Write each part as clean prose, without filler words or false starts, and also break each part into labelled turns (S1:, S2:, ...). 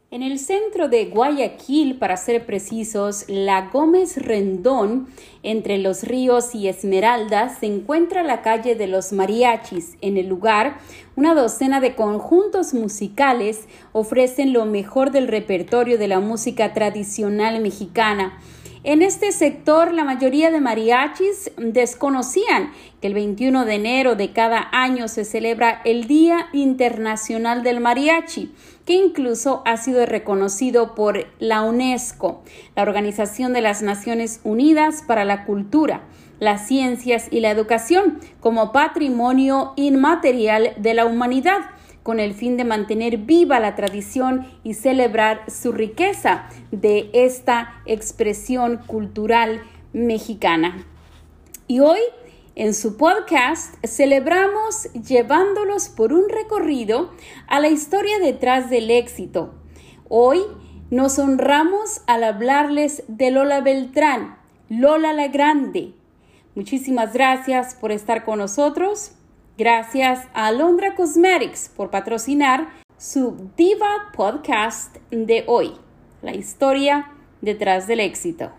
S1: En el centro de Guayaquil, para ser precisos, la Gómez Rendón, entre los Ríos y Esmeraldas, se encuentra la calle de los Mariachis. En el lugar, una docena de conjuntos musicales ofrecen lo mejor del repertorio de la música tradicional mexicana. En este sector, la mayoría de mariachis desconocían que el 21 de enero de cada año se celebra el Día Internacional del Mariachi, que incluso ha sido reconocido por la UNESCO, la Organización de las Naciones Unidas para la Cultura, las Ciencias y la Educación, como patrimonio inmaterial de la humanidad, con el fin de mantener viva la tradición y celebrar su riqueza de esta expresión cultural mexicana. Y hoy, en su podcast, celebramos llevándolos por un recorrido a la historia detrás del éxito. Hoy nos honramos al hablarles de Lola Beltrán, Lola la Grande. Muchísimas gracias por estar con nosotros. Gracias a Alondra Cosmetics por patrocinar su Diva Podcast de hoy, la historia detrás del éxito.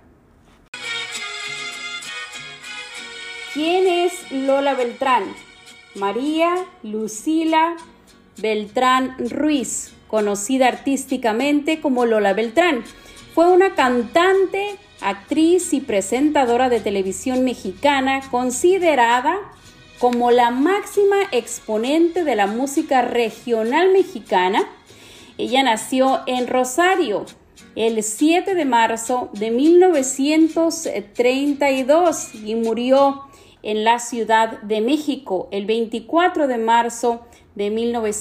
S1: ¿Quién es Lola Beltrán? María Lucila Beltrán Ruiz, conocida artísticamente como Lola Beltrán. Fue una cantante, actriz y presentadora de televisión mexicana considerada como la máxima exponente de la música regional mexicana. Ella nació en Rosario el 7 de marzo de 1932 y murió en la Ciudad de México el 24 de marzo de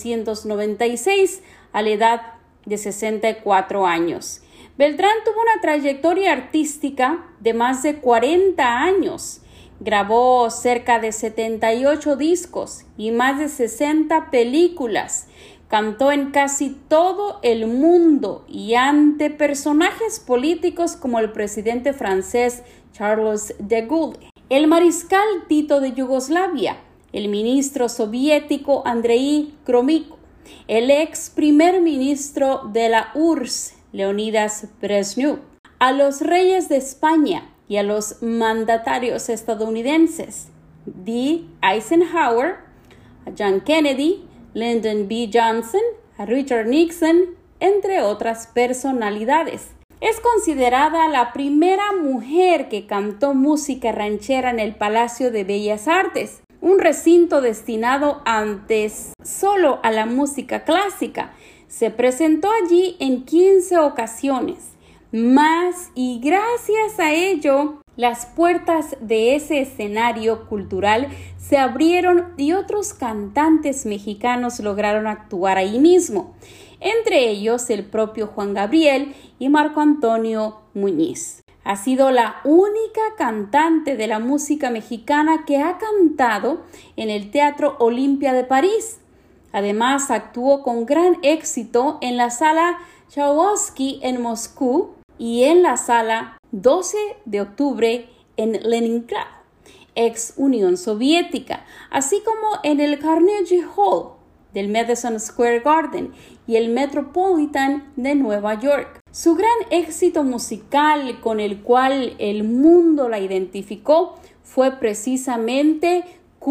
S1: 1996 a la edad de 64 años. Beltrán tuvo una trayectoria artística de más de 40 años. Grabó cerca de 78 discos y más de 60 películas. Cantó en casi todo el mundo y ante personajes políticos como el presidente francés Charles de Gaulle, el mariscal Tito de Yugoslavia, el ministro soviético Andrei Gromyko, el ex primer ministro de la URSS, Leonidas Brezhnev, a los reyes de España y a los mandatarios estadounidenses, D. Eisenhower, a John Kennedy, Lyndon B. Johnson, a Richard Nixon, entre otras personalidades. Es considerada la primera mujer que cantó música ranchera en el Palacio de Bellas Artes, un recinto destinado antes solo a la música clásica. Se presentó allí en 15 ocasiones. Más y gracias a ello, las puertas de ese escenario cultural se abrieron y otros cantantes mexicanos lograron actuar ahí mismo, entre ellos el propio Juan Gabriel y Marco Antonio Muñiz. Ha sido la única cantante de la música mexicana que ha cantado en el Teatro Olimpia de París. Además, actuó con gran éxito en la Sala Tchaikovsky en Moscú y en la Sala 12 de octubre en Leningrado, ex Unión Soviética, así como en el Carnegie Hall del Madison Square Garden y el Metropolitan de Nueva York. Su gran éxito musical con el cual el mundo la identificó fue precisamente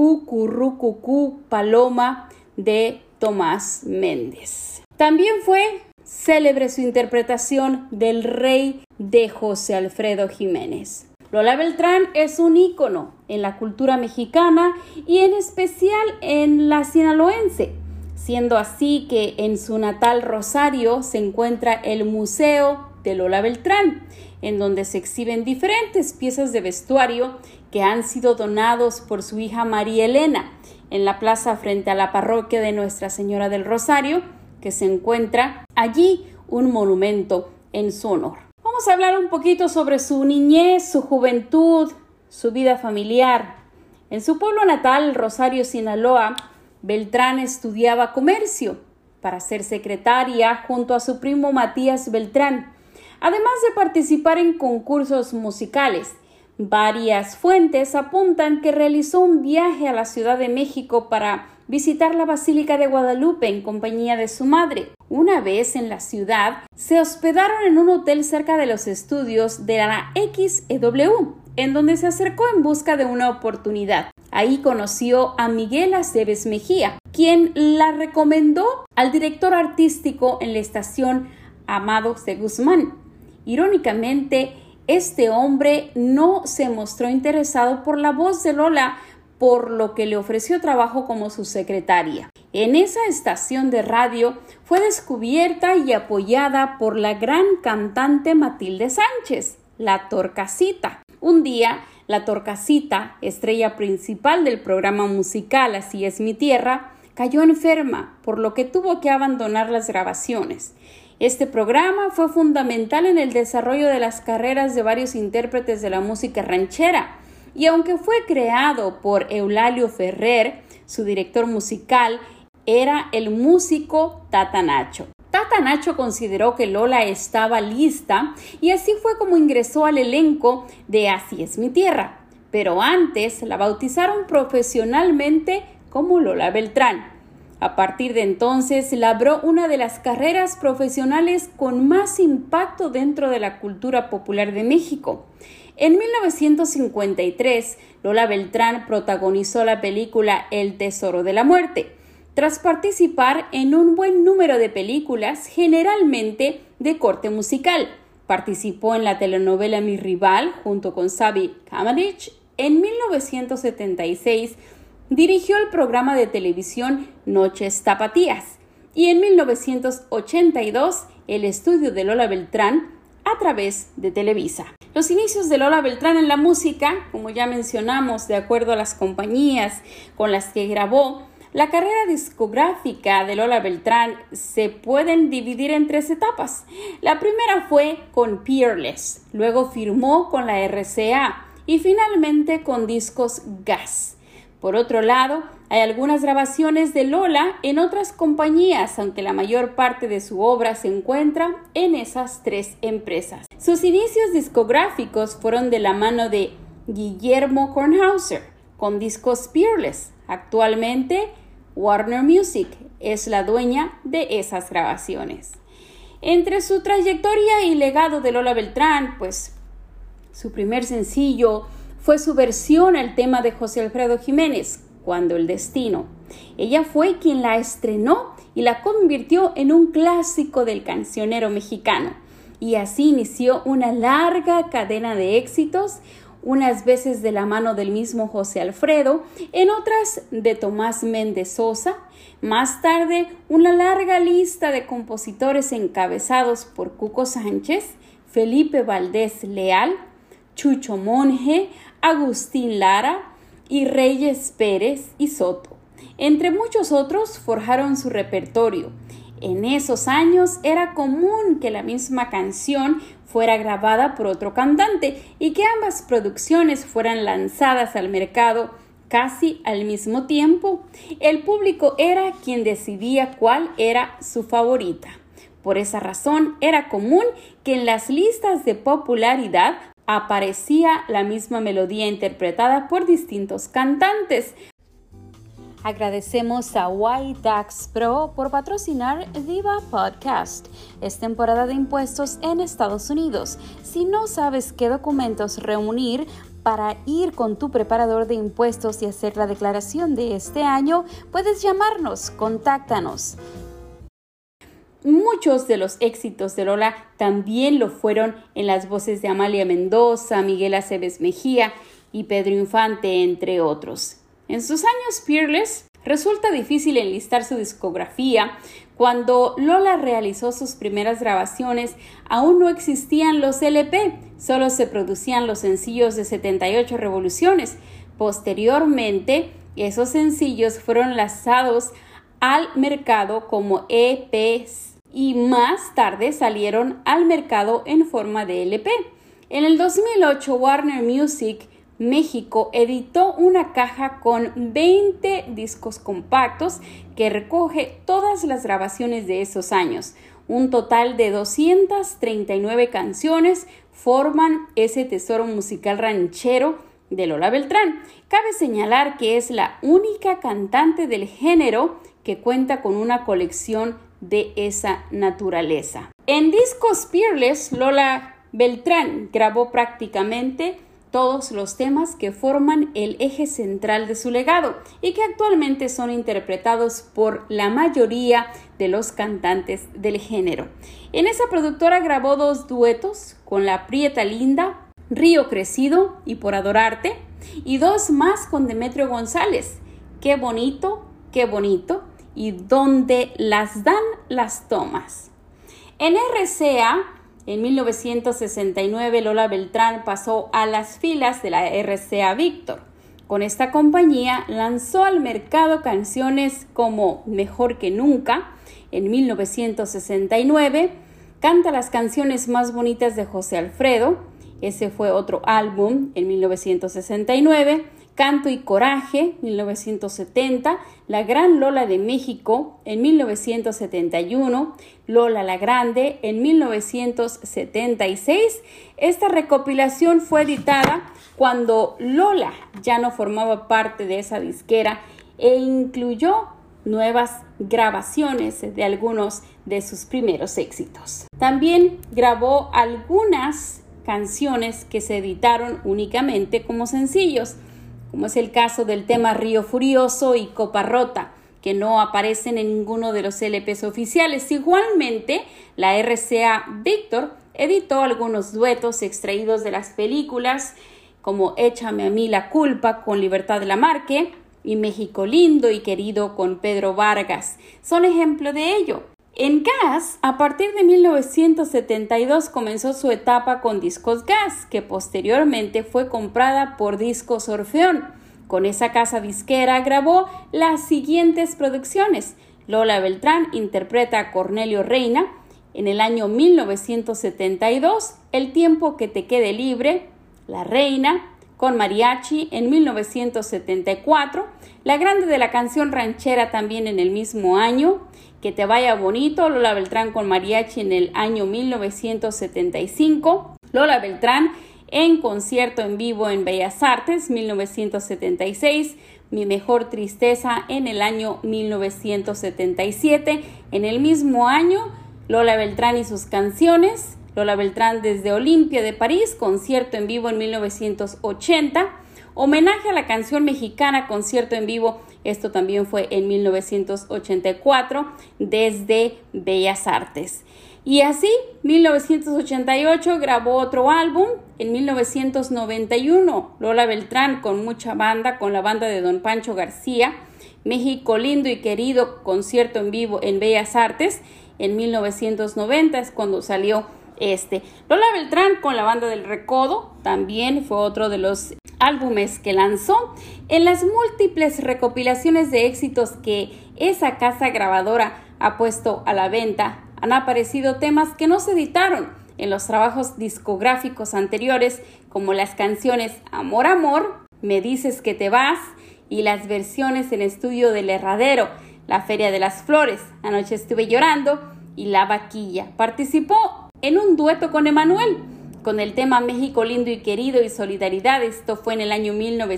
S1: Cucurrucucú Paloma de Tomás Méndez. También fue célebre su interpretación del Rey de José Alfredo Jiménez. Lola Beltrán es un ícono en la cultura mexicana y en especial en la sinaloense, siendo así que en su natal Rosario se encuentra el Museo de Lola Beltrán, en donde se exhiben diferentes piezas de vestuario que han sido donados por su hija María Elena, en la plaza frente a la parroquia de Nuestra Señora del Rosario, que se encuentra allí un monumento en su honor. Vamos a hablar un poquito sobre su niñez, su juventud, su vida familiar. En su pueblo natal, Rosario, Sinaloa, Beltrán estudiaba comercio para ser secretaria junto a su primo Matías Beltrán, además de participar en concursos musicales. Varias fuentes apuntan que realizó un viaje a la Ciudad de México para visitar la Basílica de Guadalupe en compañía de su madre. Una vez en la ciudad, se hospedaron en un hotel cerca de los estudios de la XEW, en donde se acercó en busca de una oportunidad. Ahí conoció a Miguel Aceves Mejía, quien la recomendó al director artístico en la estación Amado C. Guzmán. Irónicamente, este hombre no se mostró interesado por la voz de Lola, por lo que le ofreció trabajo como su secretaria. En esa estación de radio fue descubierta y apoyada por la gran cantante Matilde Sánchez, la Torcasita. Un día, la Torcasita, estrella principal del programa musical Así es mi tierra, cayó enferma, por lo que tuvo que abandonar las grabaciones. Este programa fue fundamental en el desarrollo de las carreras de varios intérpretes de la música ranchera, y aunque fue creado por Eulalio Ferrer, su director musical era el músico Tata Nacho. Tata Nacho consideró que Lola estaba lista y así fue como ingresó al elenco de Así es mi tierra, pero antes la bautizaron profesionalmente como Lola Beltrán. A partir de entonces labró una de las carreras profesionales con más impacto dentro de la cultura popular de México. En 1953, Lola Beltrán protagonizó la película El Tesoro de la Muerte, tras participar en un buen número de películas, generalmente de corte musical. Participó en la telenovela Mi Rival, junto con Sabi Kamadich. En 1976, dirigió el programa de televisión Noches Tapatías. Y en 1982, el estudio de Lola Beltrán a través de Televisa. Los inicios de Lola Beltrán en la música, como ya mencionamos, de acuerdo a las compañías con las que grabó, la carrera discográfica de Lola Beltrán se pueden dividir en 3 etapas. La primera fue con Peerless, luego firmó con la RCA y finalmente con Discos Gas. Por otro lado, hay algunas grabaciones de Lola en otras compañías, aunque la mayor parte de su obra se encuentra en esas 3 empresas. Sus inicios discográficos fueron de la mano de Guillermo Kornhauser, con Discos Peerless. Actualmente, Warner Music es la dueña de esas grabaciones. Entre su trayectoria y legado de Lola Beltrán, pues su primer sencillo fue su versión al tema de José Alfredo Jiménez, Cuando el destino. Ella fue quien la estrenó y la convirtió en un clásico del cancionero mexicano. Y así inició una larga cadena de éxitos, unas veces de la mano del mismo José Alfredo, en otras de Tomás Méndez Sosa. Más tarde, una larga lista de compositores encabezados por Cuco Sánchez, Felipe Valdés Leal, Chucho Monje, Agustín Lara y Reyes Pérez y Soto. Entre muchos otros forjaron su repertorio. En esos años era común que la misma canción fuera grabada por otro cantante y que ambas producciones fueran lanzadas al mercado casi al mismo tiempo. El público era quien decidía cuál era su favorita. Por esa razón era común que en las listas de popularidad aparecía la misma melodía interpretada por distintos cantantes. Agradecemos a YDAX Pro por patrocinar Diva Podcast. Es temporada de impuestos en Estados Unidos. Si no sabes qué documentos reunir para ir con tu preparador de impuestos y hacer la declaración de este año, puedes llamarnos, contáctanos. Muchos de los éxitos de Lola también lo fueron en las voces de Amalia Mendoza, Miguel Aceves Mejía y Pedro Infante, entre otros. En sus años Peerless, resulta difícil enlistar su discografía. Cuando Lola realizó sus primeras grabaciones, aún no existían los LP, solo se producían los sencillos de 78 revoluciones. Posteriormente, esos sencillos fueron lanzados al mercado como EPs y más tarde salieron al mercado en forma de LP. En el 2008, Warner Music México editó una caja con 20 discos compactos que recoge todas las grabaciones de esos años. Un total de 239 canciones forman ese tesoro musical ranchero de Lola Beltrán. Cabe señalar que es la única cantante del género que cuenta con una colección de esa naturaleza. En discos Peerless, Lola Beltrán grabó prácticamente todos los temas que forman el eje central de su legado y que actualmente son interpretados por la mayoría de los cantantes del género. En esa productora grabó 2 duetos con La Prieta Linda, Río Crecido y Por Adorarte, y 2 más con Demetrio González, Qué bonito y Donde las dan las tomas. En RCA, en 1969, Lola Beltrán pasó a las filas de la RCA Víctor. Con esta compañía lanzó al mercado canciones como Mejor que Nunca, en 1969, Canta las canciones más bonitas de José Alfredo, ese fue otro álbum, en 1969, Canto y Coraje, 1970, La Gran Lola de México, en 1971, Lola la Grande, en 1976. Esta recopilación fue editada cuando Lola ya no formaba parte de esa disquera e incluyó nuevas grabaciones de algunos de sus primeros éxitos. También grabó algunas canciones que se editaron únicamente como sencillos, como es el caso del tema Río Furioso y Copa Rota, que no aparecen en ninguno de los LPs oficiales. Igualmente, la RCA Víctor editó algunos duetos extraídos de las películas, como Échame a mí la culpa con Libertad Lamarque y México lindo y querido con Pedro Vargas. Son ejemplo de ello. En Gas, a partir de 1972 comenzó su etapa con Discos Gas, que posteriormente fue comprada por Discos Orfeón. Con esa casa disquera grabó las siguientes producciones. Lola Beltrán interpreta a Cornelio Reina. En el año 1972, El tiempo que te quede libre, La Reina, con mariachi en 1974, La Grande de la canción ranchera también en el mismo año, Que te vaya bonito, Lola Beltrán con mariachi en el año 1975, Lola Beltrán en concierto en vivo en Bellas Artes 1976, Mi mejor tristeza en el año 1977, en el mismo año Lola Beltrán y sus canciones, Lola Beltrán desde Olimpia de París, concierto en vivo en 1980, Homenaje a la canción mexicana, concierto en vivo, esto también fue en 1984, desde Bellas Artes. Y así, 1988 grabó otro álbum, en 1991, Lola Beltrán con mucha banda, con la banda de Don Pancho García, México lindo y querido, concierto en vivo en Bellas Artes, en 1990 es cuando salió este. Lola Beltrán con la banda del Recodo, también fue otro de los álbumes que lanzó. En las múltiples recopilaciones de éxitos que esa casa grabadora ha puesto a la venta, han aparecido temas que no se editaron en los trabajos discográficos anteriores, como las canciones Amor, Amor, Me dices que te vas y las versiones en estudio del Herradero, La Feria de las Flores, Anoche estuve llorando y La Vaquilla. Participó en un dueto con Emanuel, con el tema México lindo y querido y Solidaridad, esto fue en el año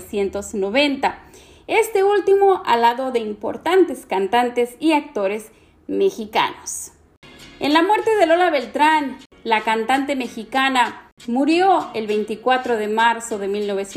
S1: 1990. Este último al lado de importantes cantantes y actores mexicanos. En la muerte de Lola Beltrán, la cantante mexicana murió el 24 de marzo de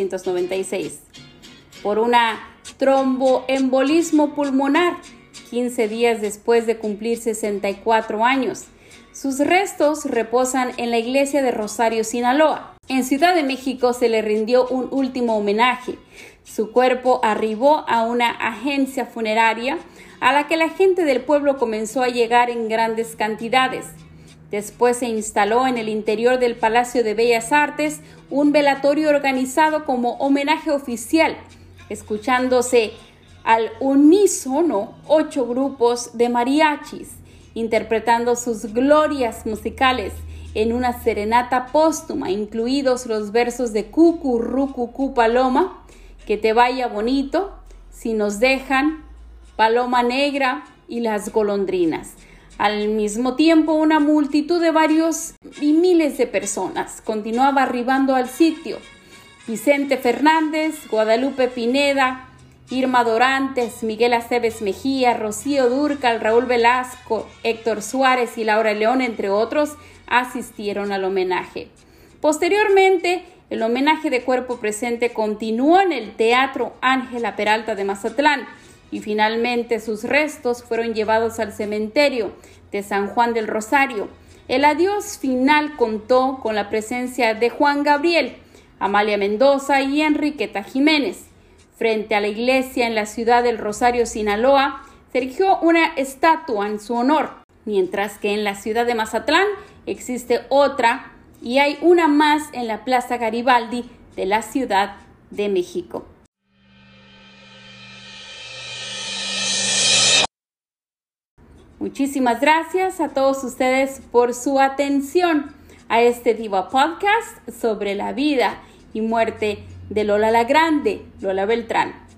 S1: 1996 por una tromboembolismo pulmonar, 15 días después de cumplir 64 años. Sus restos reposan en la iglesia de Rosario, Sinaloa. En Ciudad de México se le rindió un último homenaje. Su cuerpo arribó a una agencia funeraria a la que la gente del pueblo comenzó a llegar en grandes cantidades. Después se instaló en el interior del Palacio de Bellas Artes un velatorio organizado como homenaje oficial, escuchándose al unísono 8 grupos de mariachis, interpretando sus glorias musicales en una serenata póstuma, incluidos los versos de Cucurrucucú Paloma, Que te vaya bonito, Si nos dejan, Paloma Negra y Las golondrinas. Al mismo tiempo, una multitud de varios y miles de personas continuaba arribando al sitio. Vicente Fernández, Guadalupe Pineda Irma Dorantes, Miguel Aceves Mejía, Rocío Dúrcal, Raúl Velasco, Héctor Suárez y Laura León, entre otros, asistieron al homenaje. Posteriormente, el homenaje de cuerpo presente continuó en el Teatro Ángela Peralta de Mazatlán y finalmente sus restos fueron llevados al cementerio de San Juan del Rosario. El adiós final contó con la presencia de Juan Gabriel, Amalia Mendoza y Enriqueta Jiménez. Frente a la iglesia en la ciudad del Rosario, Sinaloa, se erigió una estatua en su honor, mientras que en la ciudad de Mazatlán existe otra y hay una más en la Plaza Garibaldi de la Ciudad de México. Muchísimas gracias a todos ustedes por su atención a este Diva Podcast sobre la vida y muerte de Lola la Grande, Lola Beltrán.